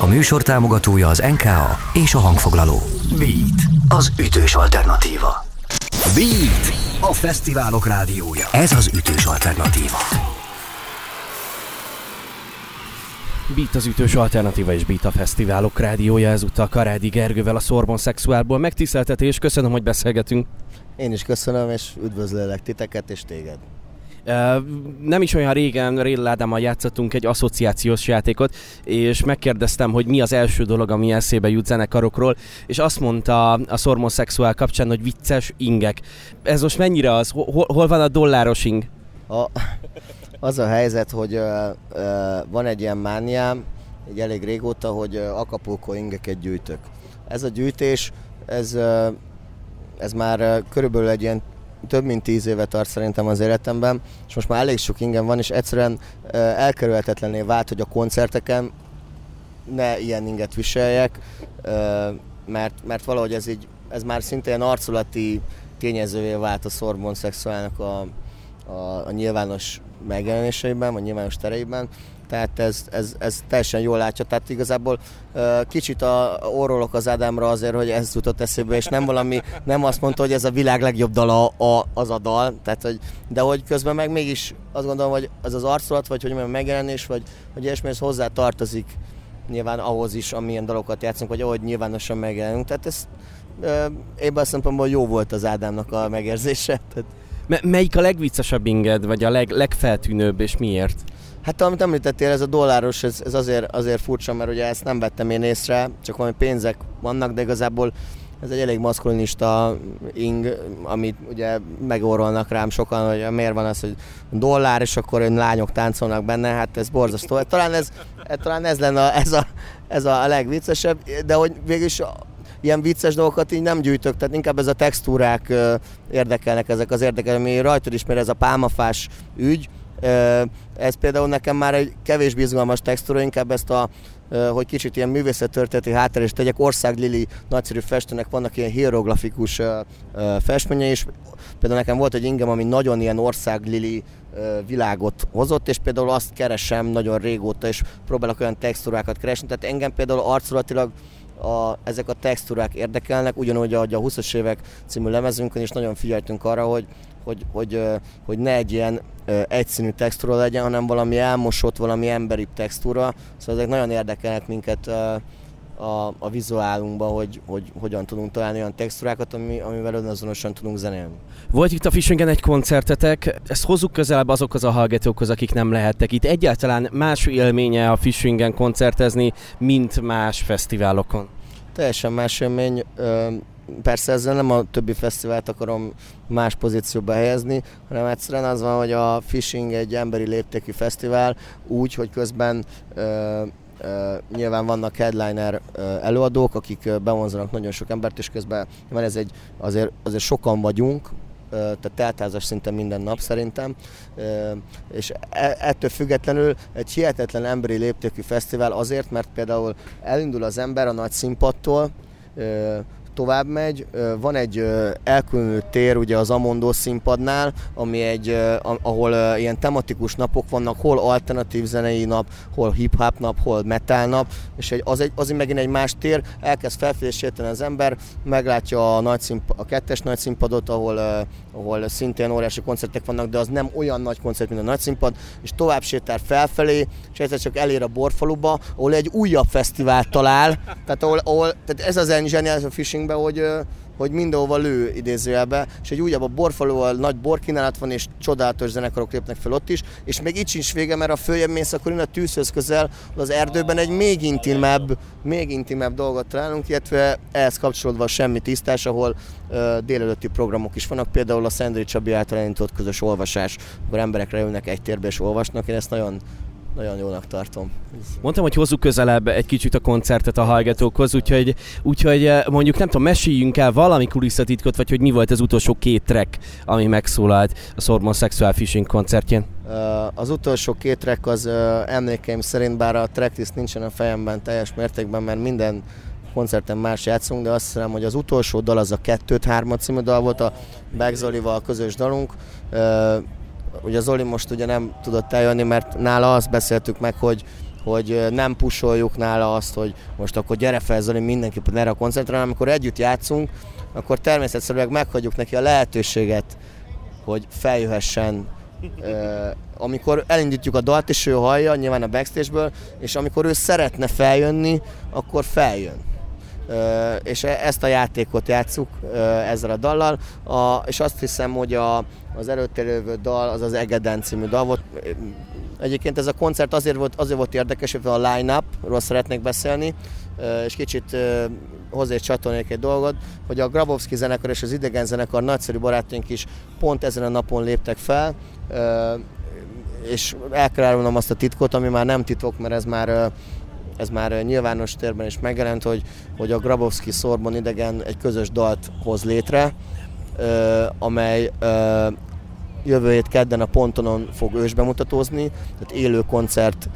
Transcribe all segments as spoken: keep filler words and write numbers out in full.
műsor támogatója az en ká á és a hangfoglaló. Beat, az ütős alternatíva. Beat, a fesztiválok rádiója. Ez az ütős alternatíva. Beat az ütős alternatíva és Beat a fesztiválok rádiója, ezúttal Karádi Gergővel, a Sorbonne Sexuálból. Megtiszteltetés, köszönöm, hogy beszélgetünk. Én is köszönöm, és üdvözlőlek titeket és téged. Uh, nem is olyan régen Rédl Ádámmal játszottunk egy asszociációs játékot, és megkérdeztem, hogy mi az első dolog, ami eszébe jut zenekarokról, és azt mondta a Sorbonne Sexuál kapcsán, hogy vicces ingek. Ez most mennyire az? Hol, hol van a dolláros ing? A, az a helyzet, hogy uh, uh, van egy ilyen mániám, egy elég régóta, hogy uh, Acapulco ingeket gyűjtök. Ez a gyűjtés, ez, uh, ez már uh, körülbelül egy ilyen több mint tíz éve tart szerintem az életemben, és most már elég sok ingem van, és egyszerűen uh, elkerülhetetlenné vált, hogy a koncerteken ne ilyen inget viseljek, uh, mert, mert valahogy ez így, ez már szintén arculati tényezővé vált a Sorbonne Sexuálnak a, a, a nyilvános megjelenéseiben, a nyilvános tereiben. Tehát ez, ez, ez teljesen jól látja, tehát igazából uh, kicsit a, orrolok az Ádámra azért, hogy ez jutott eszébe, és nem valami, nem azt mondta, hogy ez a világ legjobb dala a, az a dal, tehát, hogy, de hogy közben meg mégis azt gondolom, hogy az az arculat, vagy hogy mondjam, megjelenés, vagy hogy ilyesmihez hozzá tartozik nyilván ahhoz is, amilyen dalokat játszunk, vagy ahogy nyilvánosan megjelenünk, tehát ez uh, ebben a szempontból jó volt az Ádámnak a megérzése. Tehát... M- melyik a legviccesebb inged, vagy a leg, legfeltűnőbb, és miért? Hát amit említettél, ez a dolláros, ez, ez azért, azért furcsa, mert ugye ezt nem vettem én észre, csak valami pénzek vannak, de igazából ez egy elég maszkulinista ing, amit ugye megorolnak rám sokan, hogy miért van az, hogy dollár, és akkor lányok táncolnak benne, hát ez borzasztó. Talán ez, talán ez lenne ez a, ez a legviccesebb, de hogy végülis ilyen vicces dolgokat így nem gyűjtök, tehát inkább ez a textúrák érdekelnek, ezek az érdekes, ami rajtad is, mert ez a pálmafás ügy. Ez például nekem már egy kevésbé izgalmas textúra, inkább ezt a, hogy kicsit ilyen művészettörténeti háttér is tegyek. Országlili nagyszerű festőnek vannak ilyen hierografikus festményei, és például nekem volt egy ingem, ami nagyon ilyen országlili világot hozott, és például azt keresem nagyon régóta, és próbálok olyan textúrákat keresni, tehát engem például arculatilag A, ezek a textúrák érdekelnek, ugyanúgy ahogy a huszas évek című lemezünkön is nagyon figyeltünk arra, hogy, hogy, hogy, hogy ne egy ilyen egyszínű textúra legyen, hanem valami elmosott, valami emberibb textúra. Szóval ezek nagyon érdekelnek minket a, a, a vizuálunkban, hogy, hogy hogyan tudunk találni olyan textúrákat, ami, amivel önazonosan tudunk zenélni. Volt itt a Fishingen egy koncertetek, ezt hozzuk közelebb azokhoz a hallgatókhoz, akik nem lehettek itt. Egyáltalán más élménye a Fishingen koncertezni, mint más fesztiválokon? Teljesen más élmény. Persze ezzel nem a többi fesztivált akarom más pozícióba helyezni, hanem egyszerűen az van, hogy a Fishing egy emberi léptékű fesztivál, úgy, hogy közben Uh, nyilván vannak headliner uh, előadók, akik uh, bevonzanak nagyon sok embert, és közben van ez egy, azért, azért sokan vagyunk, uh, tehát teltházas szinte minden nap szerintem, uh, és e- ettől függetlenül egy hihetetlen emberi léptékű fesztivál azért, mert például elindul az ember a nagy színpadtól, uh, tovább megy, van egy elkülönült tér ugye az Amondo színpadnál, ami egy, ahol ilyen tematikus napok vannak, hol alternatív zenei nap, hol hip-hop nap, hol metal nap, és egy, az, egy, az megint egy más tér, elkezd felfelé sétálni az ember, meglátja a, nagy színpad, a kettes nagy színpadot, ahol, ahol szintén óriási koncertek vannak, de az nem olyan nagy koncert, mint a nagy színpad, és tovább sétál felfelé, és egyszer csak elér a Borfaluba, ahol egy újabb fesztivált talál, tehát, ahol, ahol, tehát ez az zseniális a Fishing, hogy, hogy mindenhova lő idézőjelbe, és egy újabb a Borfaluval nagy borkínálat van, és csodálatos zenekarok lépnek fel ott is, és még itt sincs vége, mert a följebb mész, akkor innen a tűzhöz közel, az erdőben egy még intimebb, még intimebb dolgot találunk, illetve ehhez kapcsolódva a Semmi Tisztás, ahol uh, délelőtti programok is vannak, például a Szendrei Csabi által elindított közös olvasás, akkor emberekre ülnek egy térbe és olvasnak, én ezt nagyon Nagyon jónak tartom. Mondtam, hogy hozzuk közelebb egy kicsit a koncertet a hallgatókhoz, úgyhogy, úgyhogy mondjuk nem tudom, meséljünk el valami kulisszatitkot, vagy hogy mi volt az utolsó két track, ami megszólalt a Sorbonne Sexuál Fishing koncertjén? Az utolsó két track az emlékeim szerint, bár a tracklist nincsen a fejemben teljes mértékben, mert minden koncerten más játszunk, de azt hiszem, hogy az utolsó dal az a kettőt hármat című dal volt, a Beck Zolival közös dalunk. Ugye Zoli most ugye nem tudott eljönni, mert nála azt beszéltük meg, hogy, hogy nem pusoljuk nála azt, hogy most akkor gyere fel Zoli, mindenképpen erre a koncertre, hanem amikor együtt játszunk, akkor természetesen meghagyjuk neki a lehetőséget, hogy feljöhessen, amikor elindítjuk a dalt, és ő hallja, nyilván a backstage-ből, és amikor ő szeretne feljönni, akkor feljön. És ezt a játékot játsszuk ezzel a dallal, a, és azt hiszem, hogy a, az előtte lévő dal, az az Egeden című dal volt. Egyébként ez a koncert azért volt, azért volt érdekes, hogy a line-upról szeretnék beszélni, és kicsit hozzá is csatolnék egy dolgot, hogy a Grabowski zenekar és az Idegen zenekar nagyszerű barátaink is pont ezen a napon léptek fel, és el kell árulnom azt a titkot, ami már nem titok, mert ez már, ez már nyilvános térben is megjelent, hogy, hogy a Grabowski Sorbonne Idegen egy közös dalt hoz létre, amely jövő hét kedden a Pontonon fog ősbemutatózni, tehát élő koncert,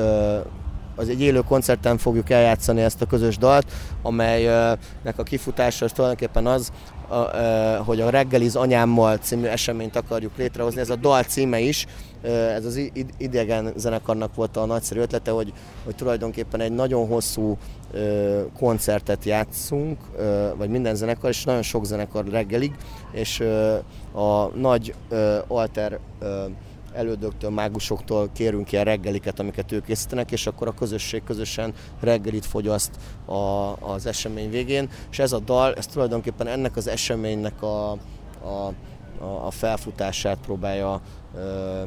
az egy élő koncerten fogjuk eljátszani ezt a közös dalt, amelynek a kifutása az tulajdonképpen az, hogy a Reggeliz anyámmal című eseményt akarjuk létrehozni. Ez a dal címe is, ez az Idegen zenekarnak volt a nagyszerű ötlete, hogy, hogy tulajdonképpen egy nagyon hosszú koncertet játszunk, vagy minden zenekar, és nagyon sok zenekar reggelig, és a nagy alter elődöktől, mágusoktól kérünk ilyen reggeliket, amiket ők készítenek, és akkor a közösség közösen reggelit fogyaszt a, az esemény végén, és ez a dal, ez tulajdonképpen ennek az eseménynek a, a, a felfutását próbálja ö,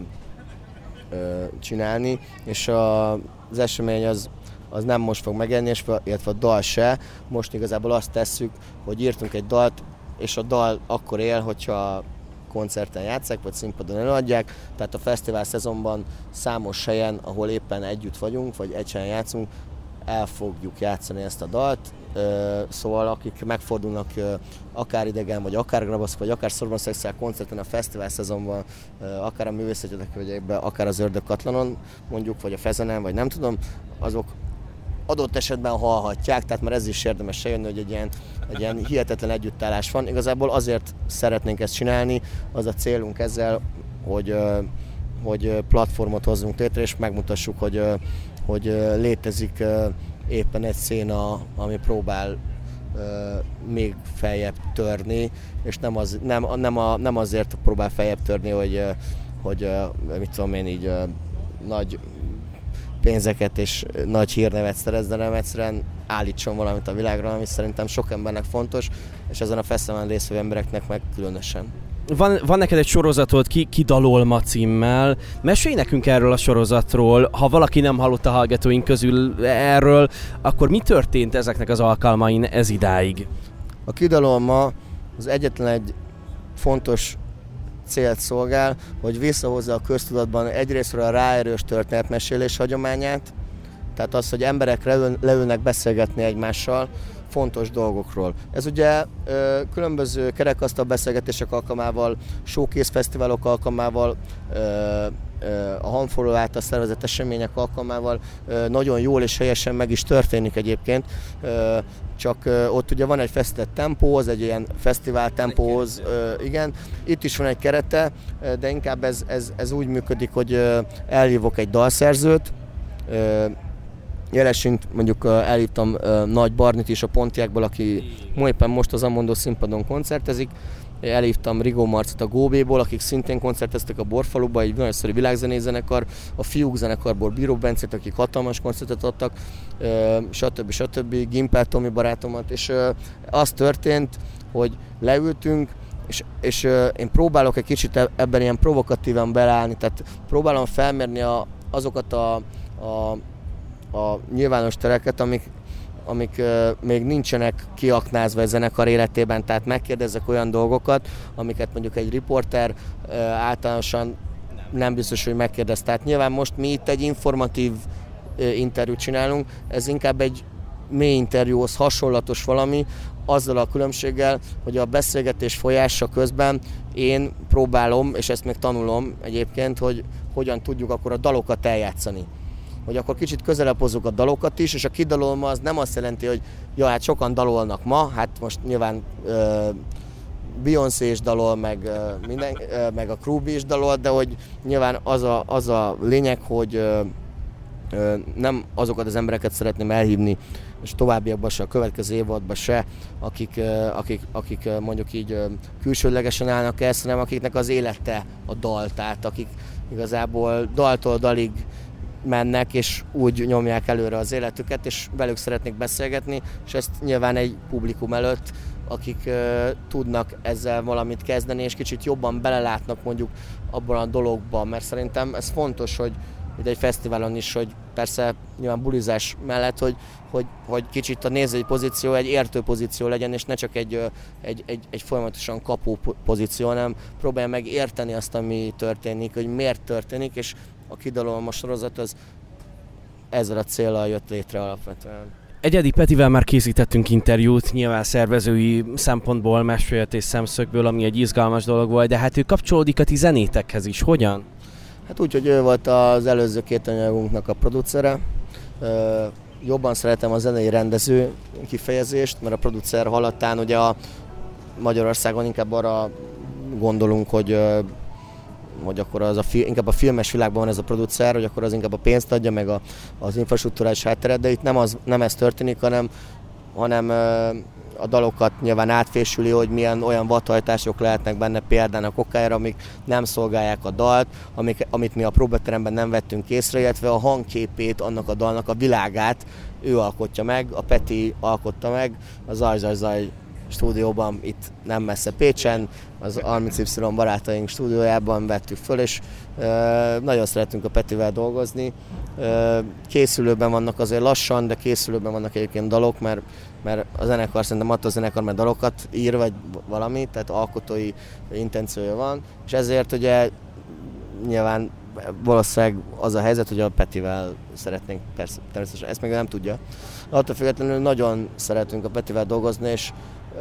ö, csinálni, és a, az esemény az, az nem most fog megjelenni, illetve a dal se. Most igazából azt tesszük, hogy írtunk egy dalt, és a dal akkor él, hogyha koncerten játsszák, vagy színpadon előadják, tehát a fesztivál szezonban számos helyen, ahol éppen együtt vagyunk, vagy egy helyen játszunk, el fogjuk játszani ezt a dalt, szóval akik megfordulnak akár Idegen, vagy akár Grabowski, vagy akár Sorbonne Sexual koncerten a fesztivál szezonban, akár a Művészetegyetemi, akár az Ördög Katlanon mondjuk, vagy a Fezenen, vagy nem tudom, azok adott esetben hallhatják, tehát már ez is érdemes eljönni, hogy egy ilyen, egy ilyen hihetetlen együttállás van. Igazából azért szeretnénk ezt csinálni, az a célunk ezzel, hogy, hogy platformot hozzunk létre, és megmutassuk, hogy, hogy létezik éppen egy széna, ami próbál még feljebb törni, és nem, az, nem, nem, a, nem azért próbál feljebb törni, hogy, hogy mit tudom én így nagy pénzeket és nagy hírnevet szerez, de nem egyszerűen állítson valamit a világra, ami szerintem sok embernek fontos, és ezen a fesztiválon résztvevő embereknek meg különösen. Van, van neked egy sorozatod, ki, ki Dalolma címmel. Mesélj nekünk erről a sorozatról, ha valaki nem hallott a hallgatóink közül erről, akkor mi történt ezeknek az alkalmain ez idáig? A Kidalolma az egyetlen egy fontos célt szolgál, hogy visszahozza a köztudatban egyrésztről a ráerős történetmesélés hagyományát, tehát az, hogy emberek leülnek beszélgetni egymással fontos dolgokról. Ez ugye ö, különböző kerekasztal beszélgetések alkalmával, showcase fesztiválok alkalmával, ö, ö, a hangforró által szervezett események alkalmával ö, nagyon jól és helyesen meg is történik egyébként. Ö, csak ö, ott ugye van egy fesztett tempóhoz, egy ilyen fesztivál tempóhoz, ö, igen. Itt is van egy kerete, de inkább ez, ez, ez úgy működik, hogy ö, elhívok egy dalszerzőt, ö, jelesint mondjuk elhívtam uh, Nagy Barnit is a Pontiacból, aki éppen most az Amondó színpadon koncertezik. Elhívtam Rigó Marcot a Góbéból, akik szintén koncerteztek a Borfaluba, egy nagyszerű világzenézenekar, a Fiúk zenekarból Bíró Bencét, akik hatalmas koncertet adtak, uh, stb. stb. Gimpel Tomi barátomat, és uh, az történt, hogy leültünk, és, és uh, én próbálok egy kicsit ebben ilyen provokatívan beleállni, tehát próbálom felmérni a, azokat a, a a nyilvános tereket, amik, amik uh, még nincsenek kiaknázva a zenekar életében, tehát megkérdezzek olyan dolgokat, amiket mondjuk egy riporter uh, általánosan nem biztos, hogy megkérdez. Tehát nyilván most mi itt egy informatív uh, interjút csinálunk, ez inkább egy mély interjúhoz hasonlatos valami, azzal a különbséggel, hogy a beszélgetés folyása közben én próbálom, és ezt még tanulom egyébként, hogy hogyan tudjuk akkor a dalokat eljátszani. Hogy akkor kicsit közelebb hozzuk a dalokat is, és a kidalolma az nem azt jelenti, hogy ja, hát sokan dalolnak ma, hát most nyilván uh, Beyoncé is dalol, meg, uh, minden, uh, meg a Krúbi is dalol, de hogy nyilván az a, az a lényeg, hogy, uh, nem azokat az embereket szeretném elhívni, és továbbiakban se, a következő évadban se, akik, akik, akik mondjuk így külsőlegesen állnak ezt, hanem akiknek az élete a dal, tehát akik igazából daltól dalig mennek, és úgy nyomják előre az életüket, és velük szeretnék beszélgetni, és ezt nyilván egy publikum előtt, akik uh, tudnak ezzel valamit kezdeni, és kicsit jobban belelátnak mondjuk abban a dologban, mert szerintem ez fontos, hogy itt egy fesztiválon is, hogy persze nyilván bulizás mellett, hogy, hogy, hogy kicsit a nézői pozíció egy értő pozíció legyen, és ne csak egy, egy, egy, egy folyamatosan kapó pozíció, hanem próbálja meg érteni azt, ami történik, hogy miért történik, és a Kidalom a sorozat az ezzel a céllal jött létre alapvetően. Egyedi Petivel már készítettünk interjút, nyilván szervezői szempontból, meséltés szemszögből, ami egy izgalmas dolog volt, de hát ő kapcsolódik a ti zenétekhez is. Hogyan? Hát úgy, hogy ő volt az előző két anyagunknak a producere. Jobban szeretem a zenei rendező kifejezést, mert a producer halattán ugye a Magyarországon inkább arra gondolunk, hogy hogy akkor az a fi, inkább a filmes világban van ez a producer, hogy akkor az inkább a pénzt adja, meg a, az infrastruktúrális hátteret, de itt nem, az, nem ez történik, hanem, hanem a dalokat nyilván átfésüli, hogy milyen olyan vadhajtások lehetnek benne például a kokájára, amik nem szolgálják a dalt, amik, amit mi a próbateremben nem vettünk észre, illetve a hangképét, annak a dalnak a világát ő alkotja meg, a Peti alkotta meg, a Zaj Zaj Zaj stúdióban, itt nem messze Pécsen, az harminc Y barátaink stúdiójában vettük föl, és e, nagyon szeretünk a Petivel dolgozni. E, készülőben vannak azért lassan, de készülőben vannak egyébként dalok, mert, mert a zenekar szerintem attól a zenekar, mert dalokat ír, vagy valami, tehát alkotói intenciója van, és ezért ugye nyilván valószínűleg az a helyzet, hogy a Petivel szeretnénk, persze, természetesen ezt meg nem tudja. Attól függetlenül nagyon szeretünk a Petivel dolgozni, és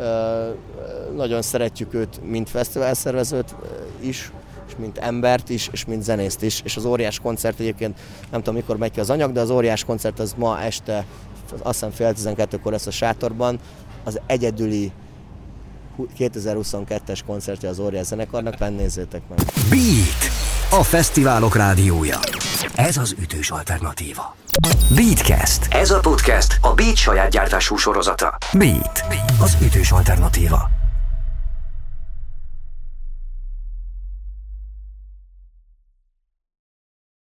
nagyon szeretjük őt, mint fesztiválszervezőt is, és mint embert is, és mint zenészt is. És az Óriás koncert egyébként, nem tudom mikor megy ki az anyag, de az Óriás koncert az ma este, azt hiszem fél tizenkettőkor lesz a Sátorban, az egyedüli kétezer-huszonkettes koncertje az Óriás zenekarnak, nézzétek meg. Beat, a fesztiválok rádiója. Ez az ütős alternatíva. Beatcast. Ez a podcast a Beat saját gyártású sorozata. Beat, az ütős alternatíva.